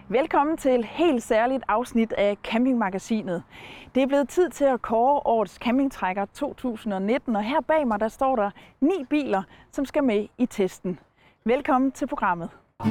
Velkommen til et helt særligt afsnit af Campingmagasinet. Det er blevet tid til at kåre årets campingtrækker 2019, og her bag mig der står der 9 biler, som skal med i testen. Velkommen til programmet.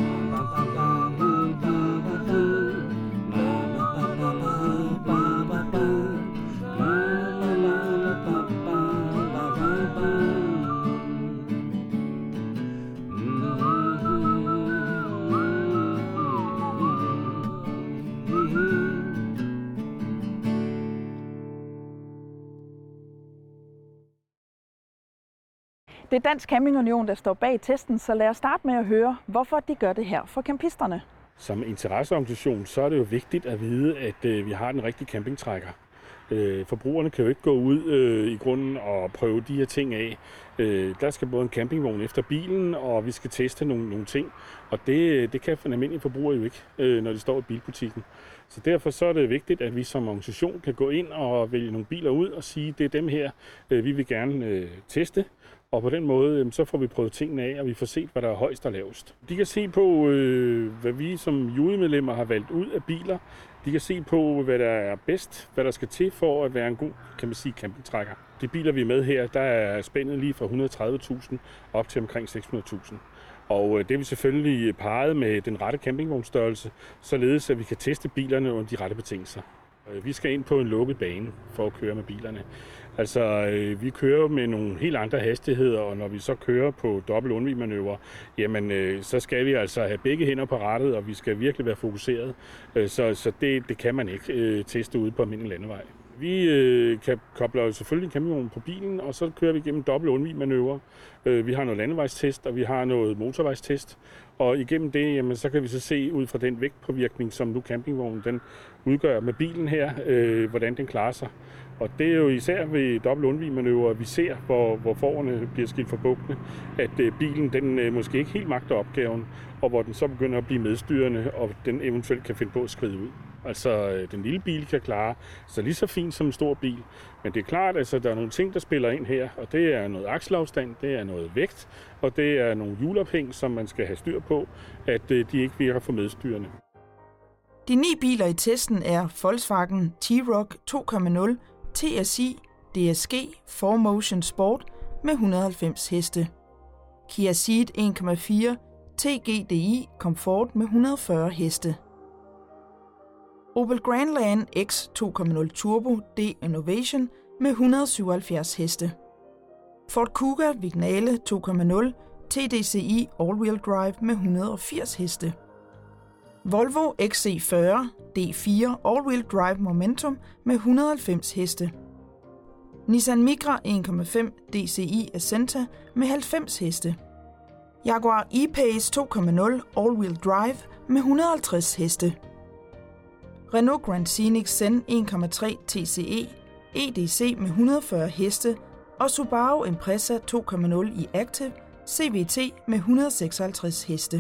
Det er Dansk Camping Union, der står bag testen, så lad os starte med at høre, hvorfor de gør det her for campisterne. Som interesseorganisation, så er det jo vigtigt at vide, at vi har den rigtige campingtrækker. Forbrugerne kan jo ikke gå ud i grunden og prøve de her ting af. Der skal både en campingvogn efter bilen, og vi skal teste nogle ting. Og det kan en almindelig forbruger jo ikke, når de står i bilbutikken. Så derfor så er det vigtigt, at vi som organisation kan gå ind og vælge nogle biler ud og sige, det er dem her, vi vil gerne teste. Og på den måde, så får vi prøvet tingene af, og vi får set, hvad der er højst og lavest. De kan se på, hvad vi som jurymedlemmer har valgt ud af biler. De kan se på, hvad der er bedst, hvad der skal til for at være en god, kan man sige, campingtrækker. De biler, vi er med her, der er spændet lige fra 130.000 op til omkring 600.000. Og det er vi selvfølgelig parret med den rette campingvognstørrelse, således at vi kan teste bilerne under de rette betingelser. Vi skal ind på en lukket bane for at køre med bilerne. Altså, vi kører med nogle helt andre hastigheder, og når vi så kører på dobbelt undvigmanøvre, jamen, så skal vi altså have begge hænder på rattet, og vi skal virkelig være fokuseret. Så det kan man ikke teste ude på almindelig landevej. Vi kan koble selvfølgelig en campingvogn på bilen, og så kører vi igennem dobbelt undvigmanøvre. Vi har noget landevejstest, og vi har noget motorvejstest. Og igennem det, jamen, så kan vi så se ud fra den vægtpåvirkning, som nu campingvognen den udgør med bilen her, hvordan den klarer sig. Og det er jo især ved dobbelt undvigmanøvre, at vi ser, hvor forerne bliver skilt fra bukkene, at bilen den måske ikke helt magter opgaven, og hvor den så begynder at blive medstyrende, og den eventuelt kan finde på at skride ud. Altså, den lille bil kan klare så lige så fint som en stor bil. Men det er klart, at altså, der er nogle ting, der spiller ind her, og det er noget akselafstand, det er noget vægt, og det er nogle hjulophæng, som man skal have styr på, at de ikke virker for medstyrende. De 9 biler i testen er Volkswagen T-Roc 2.0, TSI, DSG, 4Motion Sport med 190 heste. Kia Ceed 1.4, TGDI Comfort med 140 heste. Opel Grandland X 2.0 Turbo D Innovation med 177 heste. Ford Kuga Vignale 2.0 TDCi All-Wheel Drive med 180 heste. Volvo XC40 D4 All-Wheel Drive Momentum med 190 heste. Nissan Micra 1.5 DCi Ascenta med 90 heste. Jaguar E-Pace 2.0 All-Wheel Drive med 150 heste. Renault Grand Scenic Zen 1.3 TCE EDC med 140 heste og Subaru Impreza 2.0 i Active CVT med 156 heste.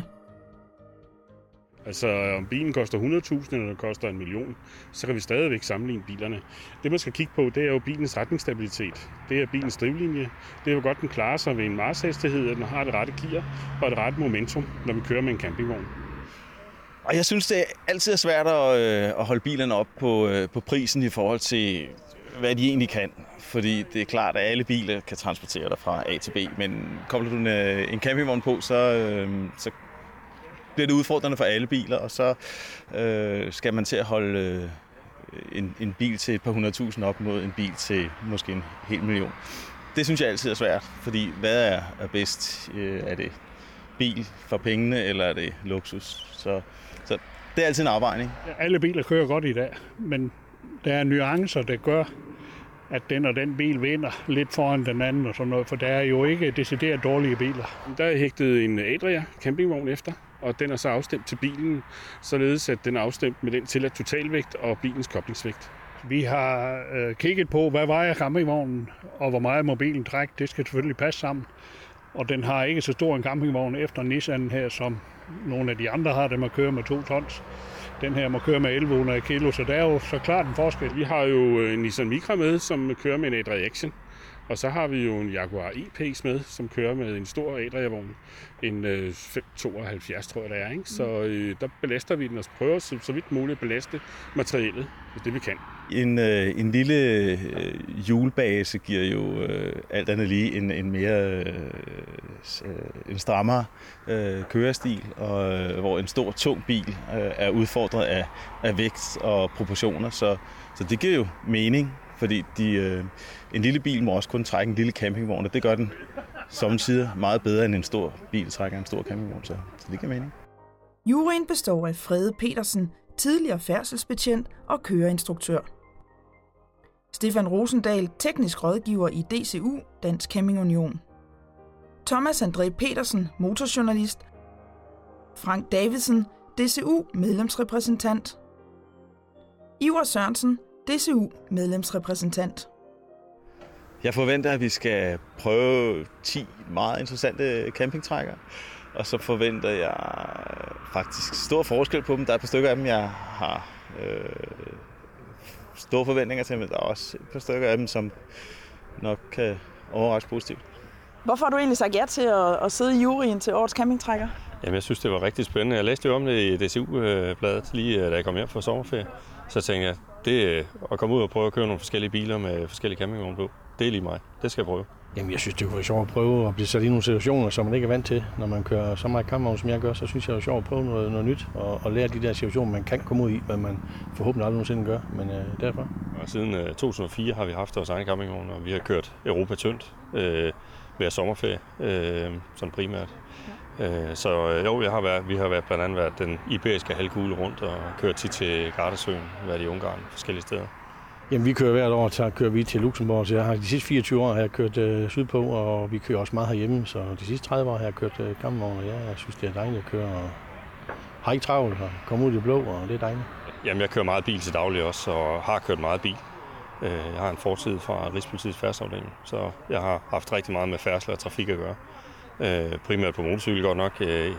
Altså, om bilen koster 100.000 eller den koster 1 million, så kan vi stadigvæk sammenligne bilerne. Det, man skal kigge på, det er jo bilens retningsstabilitet. Det er bilens drivlinje. Det er jo godt, den klarer sig ved en marchhastighed, at den har det rette gear og det rette momentum, når vi kører med en campingvogn. Og jeg synes, det altid er svært at holde bilerne op på prisen i forhold til, hvad de egentlig kan. Fordi det er klart, at alle biler kan transportere dig fra A til B, men kobler du en campingvogn på, så bliver det udfordrende for alle biler, og så skal man til at holde en bil til et par 100.000 op mod en bil til måske en hel million. Det synes jeg altid er svært, fordi hvad er bedst? Er det bil for pengene, eller er det luksus? Så det er altid en afvejning. Alle biler kører godt i dag, men der er nuancer, der gør, at den og den bil vinder lidt foran den anden og sådan noget, for der er jo ikke decideret dårlige biler. Der er hægtet en Adria campingvogn efter, og den er så afstemt til bilen, således at den er afstemt med den tilladt totalvægt og bilens koblingsvægt. Vi har kigget på, hvad vejer campingvognen, og hvor meget må bilen trække. Det skal selvfølgelig passe sammen. Og den har ikke så stor en campingvogn efter Nissan her, som nogle af de andre har, der må køre med 2 tons. Den her må køre med 1100 kilo, så der er jo så klart en forskel. Vi har jo en Nissan Micra med, som kører med en Adria Action. Og så har vi jo en Jaguar E-Pace med, som kører med en stor Adria-vogn. En 572, tror jeg det er. Ikke? Så der belaster vi den og prøver så vidt muligt at belaste materialet, det vi kan. En lille hjulbase giver jo alt andet lige en mere en strammere kørestil, og hvor en stor, tung bil er udfordret af vægt og proportioner. Så det giver jo mening, fordi en lille bil må også kun trække en lille campingvogn, og det gør den sommetider meget bedre end en stor bil trækker en stor campingvogn, så det giver mening. Juryen består af Frede Petersen, tidligere færdselsbetjent og køreinstruktør. Stefan Rosendahl, teknisk rådgiver i DCU, Dansk Camping Union. Thomas André Petersen, motorjournalist. Frank Davidsen, DCU, medlemsrepræsentant. Ivar Sørensen, DCU, medlemsrepræsentant. Jeg forventer, at vi skal prøve 10 meget interessante campingtrækkere. Og så forventer jeg faktisk stor forskel på dem. Der er et par stykker af dem, jeg har store forventninger til, men der er også et par stykker af dem, som nok kan overraske positivt. Hvorfor har du egentlig sagt ja til at sidde i juryen til årets campingtrækker? Jamen, jeg synes, det var rigtig spændende. Jeg læste jo om det i DCU-bladet, lige da jeg kom hjem fra sommerferie. Så tænkte jeg, det at komme ud og prøve at køre nogle forskellige biler med forskellige campingvogne på, det er lige mig. Det skal jeg prøve. Jamen, jeg synes, det kunne være sjovt at prøve at blive sat i nogle situationer, som man ikke er vant til. Når man kører så meget campingvogn, som jeg gør, så synes jeg, det er sjovt at prøve noget nyt og lære de der situationer, man kan komme ud i, hvad man forhåbentlig aldrig nogensinde gør. Men derfor. Og siden 2004 har vi haft vores egen campingvogn, og vi har kørt Europa tyndt hver sommerferie, sådan primært. Så jo, vi har blandt andet været den iberiske halvkugle rundt og kørt tit til Gardasøen, været i Ungarn, forskellige steder. Jamen, vi kører hvert år, så kører vi til Luxembourg, så jeg har de sidste 24 år har jeg kørt sydpå, og vi kører også meget herhjemme, så de sidste 30 år har jeg kørt campingvogn, og jeg synes, det er dejligt at køre, og har ikke travlt og komme ud i det blå, og det er dejligt. Jamen, jeg kører meget bil til daglig også, og har kørt meget bil. Jeg har en fortid fra Rigspolitiets færdselsafdeling, så jeg har haft rigtig meget med færdsel og trafik at gøre. Primært på motorcykel godt nok,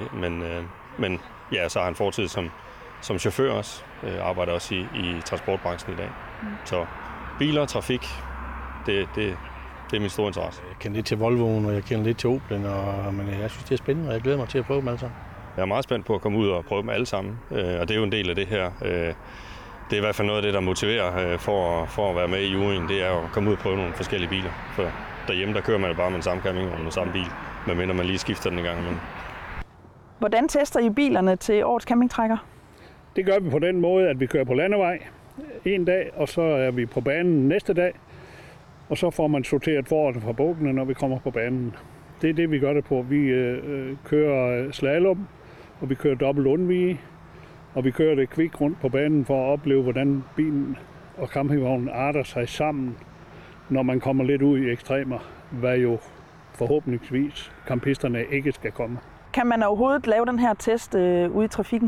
men ja, så har jeg en fortid som chauffør også. Arbejder også i transportbranchen i dag. Så biler og trafik, det er min store interesse. Jeg kender lidt til Volvoen, og jeg kender lidt til Opel'en, men jeg synes, det er spændende, og jeg glæder mig til at prøve dem alle sammen. Jeg er meget spændt på at komme ud og prøve dem alle sammen, og det er jo en del af det her. Det er i hvert fald noget af det, der motiverer for at være med i juryen, det er at komme ud og prøve nogle forskellige biler. For derhjemme, der kører man jo bare med den samme campingvogn og den samme bil, medmindre man lige skifter den en gang imellem. Hvordan tester I bilerne til årets campingtrækker? Det gør vi på den måde, at vi kører på landevej en dag, og så er vi på banen næste dag, og så får man sorteret forerne fra bukkene, når vi kommer på banen. Det er det, vi gør det på. Vi kører slalom, og vi kører dobbelt undvige, og vi kører det kvik rundt på banen for at opleve, hvordan bilen og campingvognen arter sig sammen, når man kommer lidt ud i ekstremer, hvad jo forhåbentligvis campisterne ikke skal komme. Kan man overhovedet lave den her test ude i trafikken?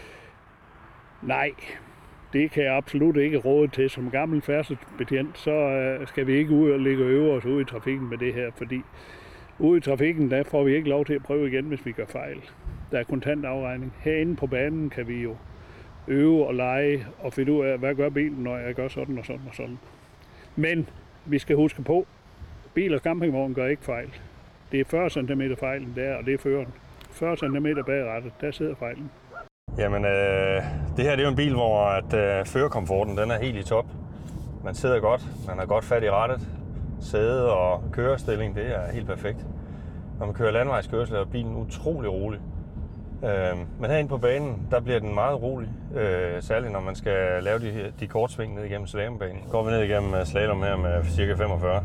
Nej, det kan jeg absolut ikke råde til. Som gammel færdselsbetjent, så skal vi ikke ud og ligge og øve os ude i trafikken med det her, fordi ude i trafikken, der får vi ikke lov til at prøve igen, hvis vi gør fejl. Der er kontant afregning. Herinde på banen kan vi jo øve og lege og finde ud af, hvad gør bilen, når jeg gør sådan og sådan og sådan. Men vi skal huske på, bil og campingvogn gør ikke fejl. Det er 40 cm fejlen der, og det er føreren. 40 cm bag rattet, der sidder fejlen. Jamen, det her det er jo en bil, hvor førerkomforten den er helt i top. Man sidder godt, man har godt fat i rattet. Sæde og kørestilling, det er helt perfekt. Når man kører landevejskørsel, er bilen utrolig rolig. Men herinde på banen, der bliver den meget rolig. Særligt når man skal lave de kortsving ned igennem slalombanen. Går vi ned igennem slalom her med cirka 45.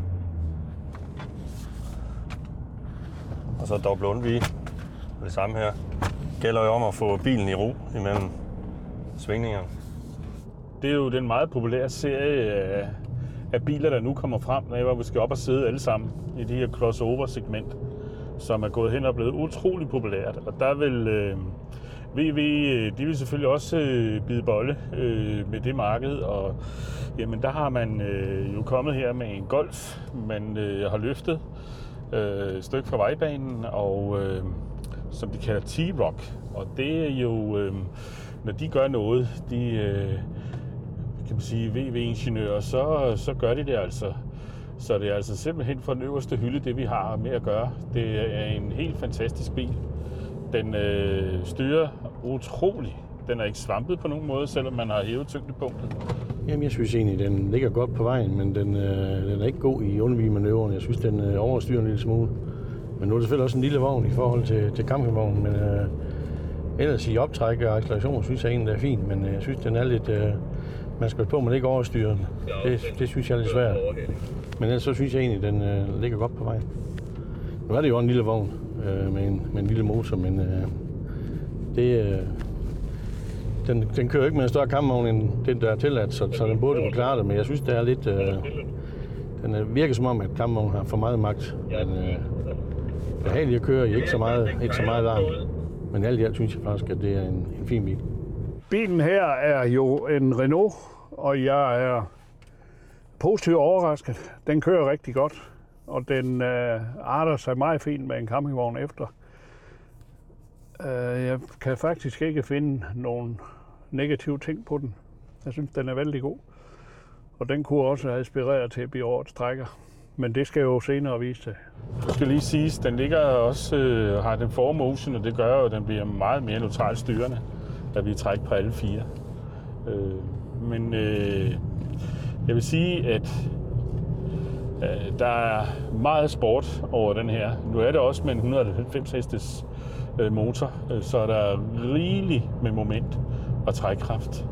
Og så dobbelt undvige. Det samme her. Gælder jo om at få bilen i ro imellem svingningerne. Det er jo den meget populære serie af biler, der nu kommer frem, når vi skal op og sidde alle sammen i de her crossover-segment, som er gået hen og blevet utrolig populært. Og der vil VW, de vil selvfølgelig også bide bolle med det marked, og jamen, der har man jo kommet her med en Golf, man har løftet et stykke fra vejbanen, og som de kalder T-Roc. Og det er jo, når de gør noget, de kan man sige VW-ingeniører, så gør de det altså Så det er altså simpelthen fra den øverste hylde, det vi har med at gøre. Det er en helt fantastisk bil. Den styrer utroligt. Den er ikke svampet på nogen måde, selvom man har hævet tyngdepunktet. Jamen, jeg synes egentlig, den ligger godt på vejen, men den er ikke god i undvigemanøvren. Jeg synes, den overstyrer en lille smule. Men nu er det selvfølgelig også en lille vogn i forhold til campingvognen, men ellers i optræk og acceleration synes jeg egentlig, det er fint, men jeg synes, den er lidt... man skal på, at man ikke overstyrer den. Det synes jeg er lidt svært. Men ellers så synes jeg egentlig, den ligger godt på vejen. Nu er det jo en lille vogn med en lille motor, men den kører ikke med en større kampvogn end den, der er tilladt, så den burde kunne klare det. Men jeg synes, det er lidt... den virker som om, at kampvognen har for meget magt. Men behageligt at køre, ikke så meget larm. Men alt i alt synes jeg faktisk, at det er en fin bil. Bilen her er jo en Renault, og jeg er positivt overrasket. Den kører rigtig godt, og den arter sig meget fint med en campingvogn efter. Jeg kan faktisk ikke finde nogen negative ting på den. Jeg synes, den er vældig god, og den kunne også have inspireret til at blive årets trækker. Men det skal jo senere vise sig. Det skal lige siges, den ligger også, har den 4Motion, og det gør jo, at den bliver meget mere neutralt styrende, da vi trækker på alle 4. Men jeg vil sige, at der er meget sport over den her. Nu er det også med en 190 hestes motor, så er der rigeligt med moment og trækkraft.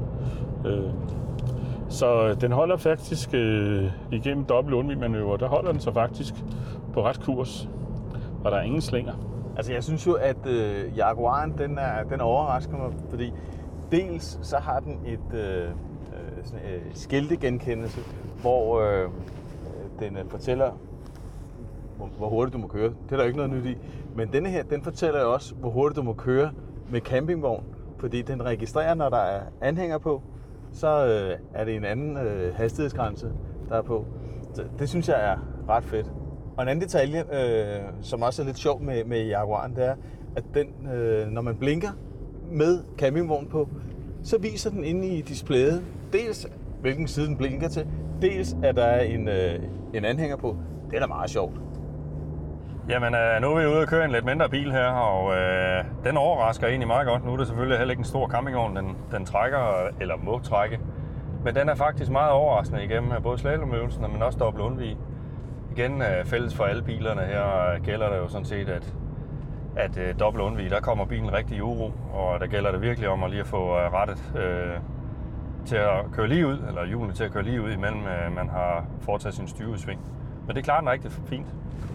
Så den holder faktisk igennem dobbelt undvigemanøvre, der holder den så faktisk på ret kurs, og der er ingen slinger. Altså jeg synes jo, at Jaguaren, den overrasker mig, fordi dels så har den et skiltegenkendelse, hvor den fortæller, hvor hurtigt du må køre. Det er der ikke noget nyt i. Men denne her, den fortæller jo også, hvor hurtigt du må køre med campingvogn, fordi den registrerer, når der er anhænger på, så er det en anden hastighedsgrænse, der er på. Så det synes jeg er ret fedt. Og en anden detalje, som også er lidt sjov med Jaguaren, det er, at den, når man blinker med campingvogn på, så viser den inde i displayet dels, hvilken side den blinker til, dels, at der er en anhænger på. Det er da meget sjovt. Jamen, nu er vi ude og køre en lidt mindre bil her, og den overrasker egentlig meget godt. Nu er det selvfølgelig heller ikke en stor campingvogn, den trækker, eller må trække. Men den er faktisk meget overraskende igennem både slalomøvelsen, men også dobbelt undvig. Igen fælles for alle bilerne her gælder det jo sådan set, at dobbelt undvig, der kommer bilen rigtig i uro, og der gælder det virkelig om at lige at få rettet til at køre lige ud, eller hjulene til at køre lige ud, imellem man har foretaget sin styresving. Men det klarer den rigtig fint.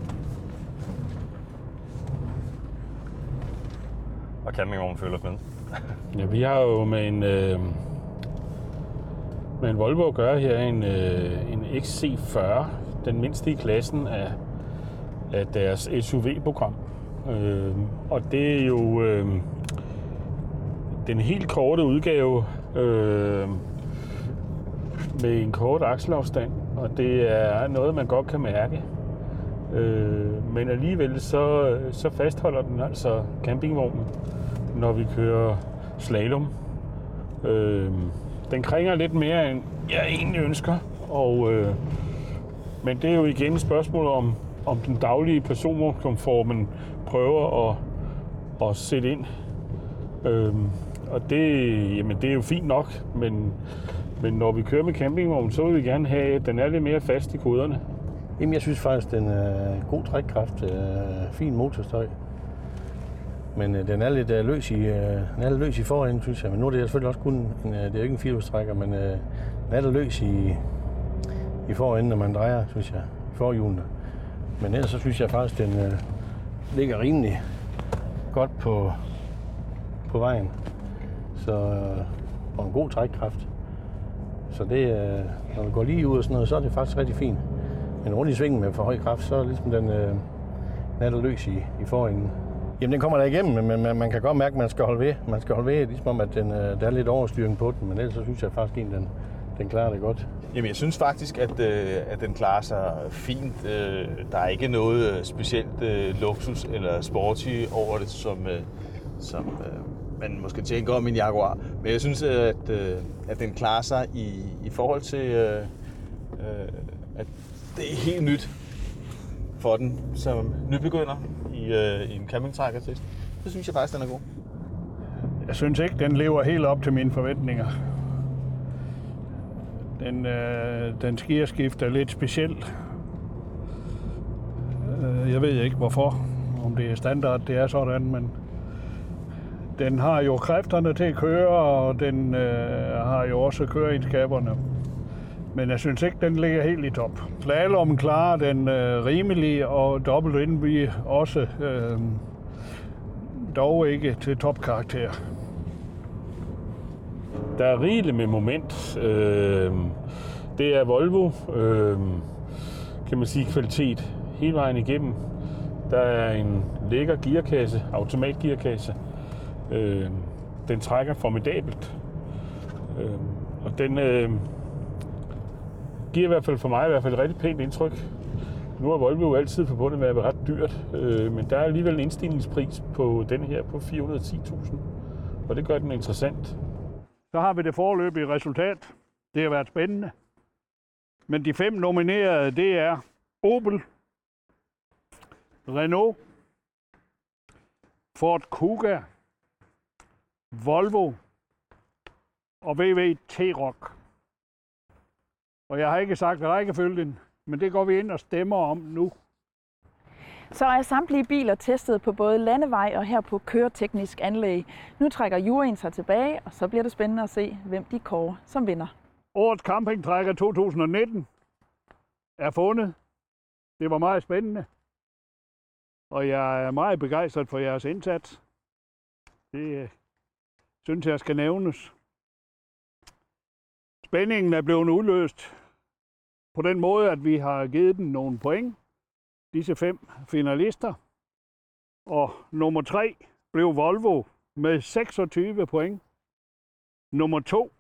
Og campingvognen følger med. Ja, vi har jo med en Volvo at gøre her, en XC40, den mindste i klassen af deres SUV-program. Og det er jo den helt korte udgave med en kort akselafstand, og det er noget, man godt kan mærke. Men alligevel så fastholder den altså campingvognen, når vi kører slalom. Den kringer lidt mere, end jeg egentlig ønsker. Men det er jo igen et spørgsmål om den daglige personvognskomfort, man prøver at sætte ind. Og det er jo fint nok, men når vi kører med campingvognen, så vil vi gerne have, at den er lidt mere fast i koderne. Jamen, jeg synes faktisk, den er god trækkraft, fin motorstøj. Men den er lidt løs i forenden, synes jeg. Men nu er det selvfølgelig også kun det er jo ikke en firehjulstrækker, men den er lidt løs i forenden, når man drejer, synes jeg, i forhjulene. Men ellers så synes jeg faktisk, den ligger rimelig godt på vejen. Og en god trækkraft. Så det, når man går lige ud og sådan noget, så er det faktisk rigtig fint. Men rundt i svingen med for høj kraft, så er det ligesom den er der løs i forenden. Jamen, den kommer der igennem, men man kan godt mærke, at man skal holde ved. Man skal holde ved, ligesom om, at der er lidt overstyring på den, men ellers så synes jeg faktisk, at den klarer det godt. Jamen, jeg synes faktisk, at den klarer sig fint. Der er ikke noget specielt luksus eller sporty over det, som man måske tænker om en Jaguar. Men jeg synes, at den klarer sig i forhold til, at det er helt nyt for den som nybegynder i en campingtrækkertest. Så synes jeg faktisk, den er god. Jeg synes ikke, den lever helt op til mine forventninger. Den gearskift er lidt specielt. Jeg ved ikke hvorfor, om det er standard, det er sådan, men den har jo kræfterne til at køre, og den har jo også køreegenskaberne. Men jeg synes ikke, den ligger helt i top. Slalom klarer den rimelig, og dobbelt indby også dog ikke til topkarakter. Der er rigeligt med moment. Det er Volvo, kan man sige, kvalitet hele vejen igennem. Der er en lækker gearkasse, automatgearkasse. Den trækker formidabelt. Og den giver i hvert fald for mig et rigtig pænt indtryk. Nu er Volvo jo altid forbundet med at være ret dyrt, men der er alligevel en indstillingspris på den her på 410.000, og det gør den interessant. Så har vi det foreløbige resultat. Det har været spændende. Men de 5 nominerede, det er Opel, Renault, Ford Kuga, Volvo og VW T-Roc. Og jeg har ikke sagt rækkefølgen, men det går vi ind og stemmer om nu. Så er samtlige biler testet på både landevej og her på køreteknisk anlæg. Nu trækker juryen sig tilbage, og så bliver det spændende at se, hvem de kårer som vinder. Årets campingtrækker 2019 er fundet. Det var meget spændende. Og jeg er meget begejstret for jeres indsats. Det synes jeg skal nævnes. Spændingen er blevet udløst på den måde, at vi har givet dem nogle point. Disse 5 finalister. Og nummer 3 blev Volvo med 26 point. Nummer 2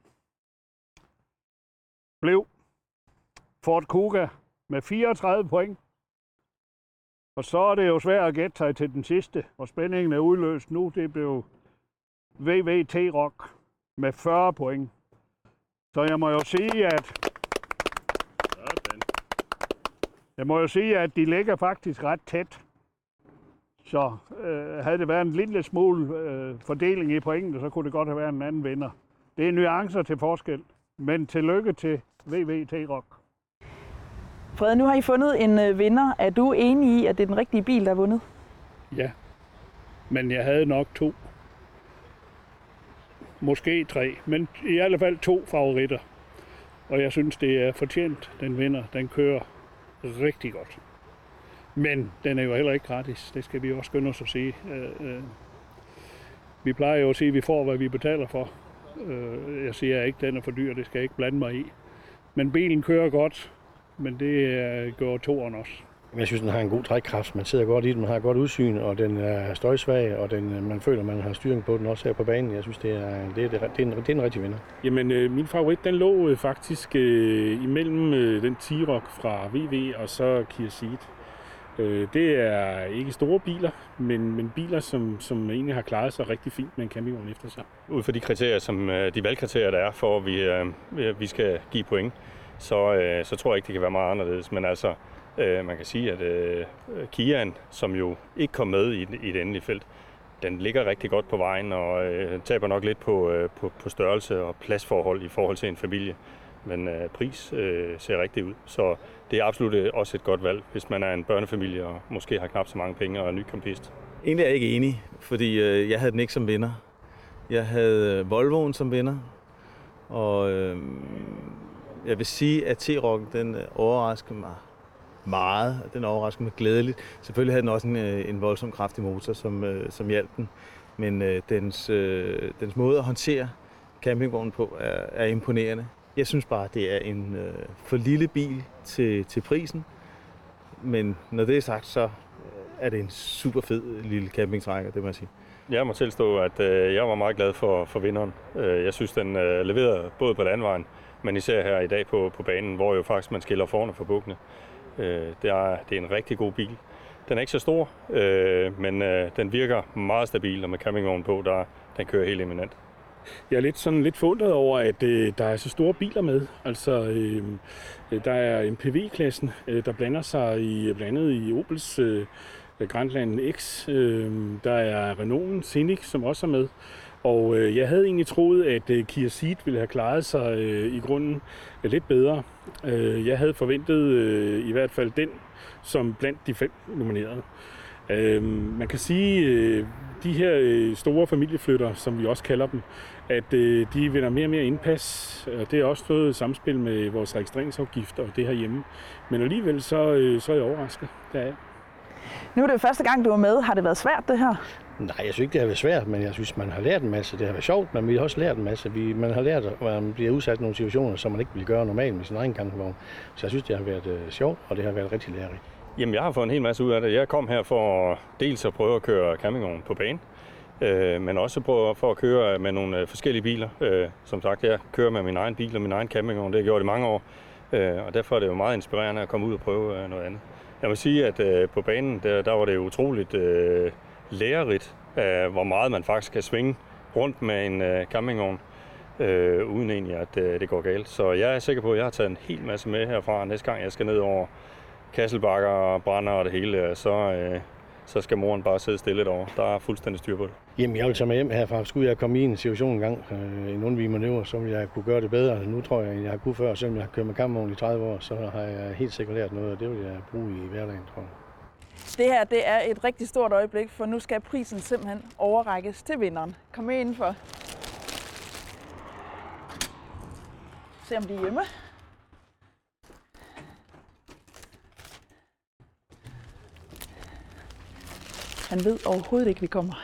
blev Ford Kuga med 34 point. Og så er det jo svært at gætte sig til den sidste, og spændingen er udløst nu. Det blev VW T-Roc med 40 point. Så jeg må jo sige, at de ligger faktisk ret tæt. Så havde det været en lille smule fordeling i pointene, så kunne det godt have været en anden vinder. Det er nuancer til forskel, men tillykke til VW T-Roc. Frede, nu har I fundet en vinder. Er du enig i, at det er den rigtige bil, der er vundet? Ja, men jeg havde nok 2. Måske 3, men i alle fald 2 favoritter. Og jeg synes, det er fortjent, den vinder. Den kører rigtig godt. Men den er jo heller ikke gratis. Det skal vi også skynde os at sige. Vi plejer jo at sige, at vi får, hvad vi betaler for. Jeg siger ikke, at den er for dyr. Det skal jeg ikke blande mig i. Men bilen kører godt, men det gør toeren også. Jeg synes, den har en god trækkraft. Man sidder godt i den, man har godt udsyn, og den er støjsvag, og man føler, man har styring på den også her på banen. Jeg synes, det er en rigtig vinder. Jamen, min favorit, den lå faktisk imellem den T-Roc fra VW og så Kia Ceed. Det er ikke store biler, men biler, som egentlig har klaret sig rigtig fint med en campingvogn efter sig. Ud fra de kriterier, de valgkriterier, der er for, at vi skal give point, så tror jeg ikke, det kan være meget anderledes. Men altså, man kan sige, at Kiaen, som jo ikke kom med i det endelige felt, den ligger rigtig godt på vejen og taber nok lidt på størrelse og pladsforhold i forhold til en familie. Men pris ser rigtig ud, så det er absolut også et godt valg, hvis man er en børnefamilie og måske har knap så mange penge og er ny campist. Egentlig er jeg ikke enig, fordi jeg havde den ikke som vinder. Jeg havde Volvoen som vinder, og jeg vil sige, at T-Roc, den overraskede mig meget. Den overraskede mig glædeligt. Selvfølgelig havde den også en voldsom kraftig motor, som hjalp den, men dens måde at håndtere campingvognen på er imponerende. Jeg synes bare, at det er en for lille bil til prisen, men når det er sagt, så er det en super fed lille campingtrækker, det må jeg sige. Jeg må tilstå, at jeg var meget glad for vinderen. Jeg synes, den leverede både på landvejen, men især her i dag på banen, hvor jo faktisk man skiller foran for bukkene. Det er en rigtig god bil. Den er ikke så stor, men den virker meget stabil, og med campingvognen på, den kører helt eminent. Jeg er lidt forundret over, at der er så store biler med. Altså, der er MPV-klassen, der blander sig blandet i Opels Grandland X. Der er Renault'en Scenic, som også er med. Og jeg havde egentlig troet, at Kia Ceed ville have klaret sig i grunden lidt bedre. Jeg havde forventet i hvert fald den som blandt de 5 nominerede. Man kan sige, de her store familieflytter, som vi også kalder dem, at de vinder mere og mere indpas. Og det er også noget samspil med vores registreringsafgifter og det herhjemme. Men alligevel så er jeg overrasket. Det er jeg. Nu er det jo første gang, du er med. Har det været svært, det her? Nej, jeg synes ikke, det har været svært, men jeg synes, man har lært en masse. Det har været sjovt, men vi har også lært en masse. Man har lært, at man bliver udsat i nogle situationer, som man ikke vil gøre normalt med sin egen campingvogn. Så jeg synes, det har været sjovt, og det har været rigtig lærerigt. Jamen, jeg har fået en hel masse ud af det. Jeg kom her for dels at prøve at køre campingvogn på bane, men også for at køre med nogle forskellige biler. Som sagt, jeg kører med min egen bil og min egen campingvogn. Det har jeg gjort i mange år, og derfor er det jo meget inspirerende at komme ud og prøve noget andet. Jeg må sige, at på banen, der var det utroligt lærerigt, hvor meget man faktisk kan svinge rundt med en campingvogn, uden egentlig, at det går galt. Så jeg er sikker på, at jeg har taget en hel masse med herfra. Næste gang jeg skal ned over Kasselbakker og Brænder og det hele, så skal moren bare sidde stille derovre. Der er fuldstændig styr på det. Jamen, jeg vil tage mig hjem herfra. Skulle jeg komme i en situation en gang, en undvig manøvre, så vil jeg kunne gøre det bedre. Nu tror jeg, jeg har kunnet før, selvom jeg har kørt med campingvogn i 30 år, så har jeg helt sikkert lært noget, og det vil jeg bruge i hverdagen, tror jeg. Det her, det er et rigtig stort øjeblik, for nu skal prisen simpelthen overrækkes til vinderen. Kom med indenfor. Se om de er hjemme. Han ved overhovedet ikke, vi kommer.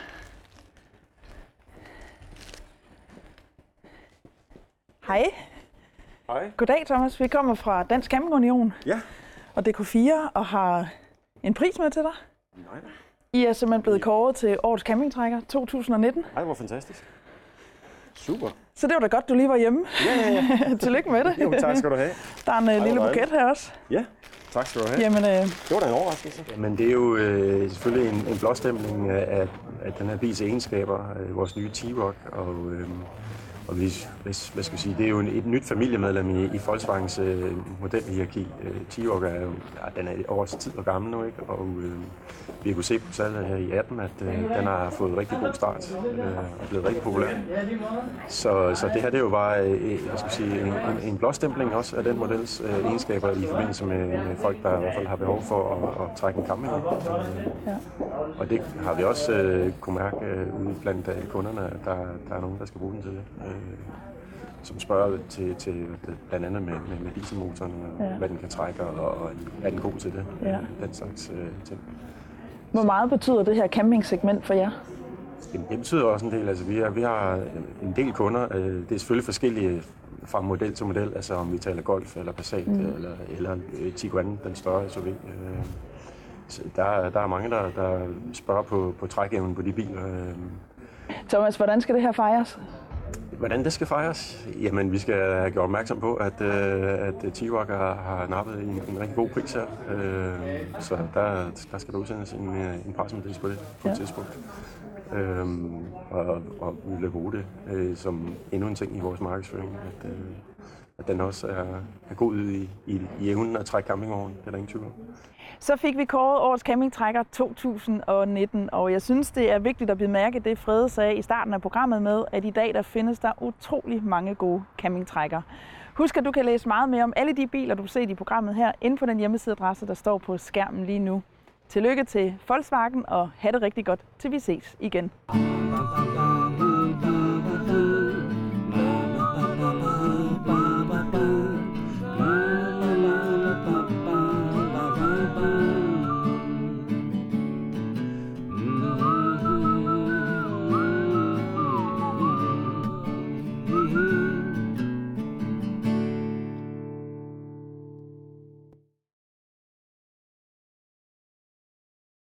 Hej. Hej. Goddag, Thomas. Vi kommer fra Dansk Camping Union. Ja. Og DK4 og har en pris med til dig. Nej. I er simpelthen blevet kåret til Årets Campingtrækker 2019. Ej, hvor fantastisk. Super. Så det var da godt, du lige var hjemme. Ja. Tillykke med det. Jo, tak skal du have. Der er en lille buket her også. Ja, tak skal du have. Jamen, det var da en overraskelse. Men det er jo selvfølgelig en blåstempling af den her bils egenskaber, vores nye T-Roc. Og hvad skal vi sige, det er jo et nyt familiemedlem i Volkswagens modelhierarki. T-Roc er jo, den er over tid og gammel nu, ikke? Og vi har kunnet se på salget her i 18, at den har fået en rigtig god start og er blevet rigtig populær. Så det her, det er jo bare en blåstempling også af den models egenskaber i forbindelse med folk, der i hvert fald har behov for at trække en camping. Og det har vi også kunne mærke ude blandt kunderne, at der er nogen, der skal bruge den til det. Som spørger til blandt andet med dieselmotoren, hvad den kan trække, og er den god til det. Den slags ting. Hvor meget betyder det her campingsegment for jer? Det betyder også en del. Altså, vi har en del kunder. Det er selvfølgelig forskellige fra model til model, altså om vi taler Golf eller Passat eller Tiguan, den større SUV. Så der er mange, der spørger på trækevnen på de biler. Thomas, hvordan skal det her fejres? Hvordan det skal fejres? Jamen, vi skal have gjort opmærksom på, at T-Roc har nappet en rigtig god pris her. Så der skal der udsendes en pressemeddelelse på det på et tidspunkt. Og vi vil bruge det som endnu en ting i vores markedsføring, at den også er god i evnen at trække campingvogn. Det er der ingen tvivl om. Så fik vi kåret Årets Campingtrækker 2019, og jeg synes, det er vigtigt at bemærke det, Frede sagde i starten af programmet med, at i dag der findes der utrolig mange gode campingtrækker. Husk, at du kan læse meget mere om alle de biler, du ser i programmet her, inde på den hjemmesideadresse, der står på skærmen lige nu. Tillykke til Volkswagen, og have det rigtig godt, til vi ses igen.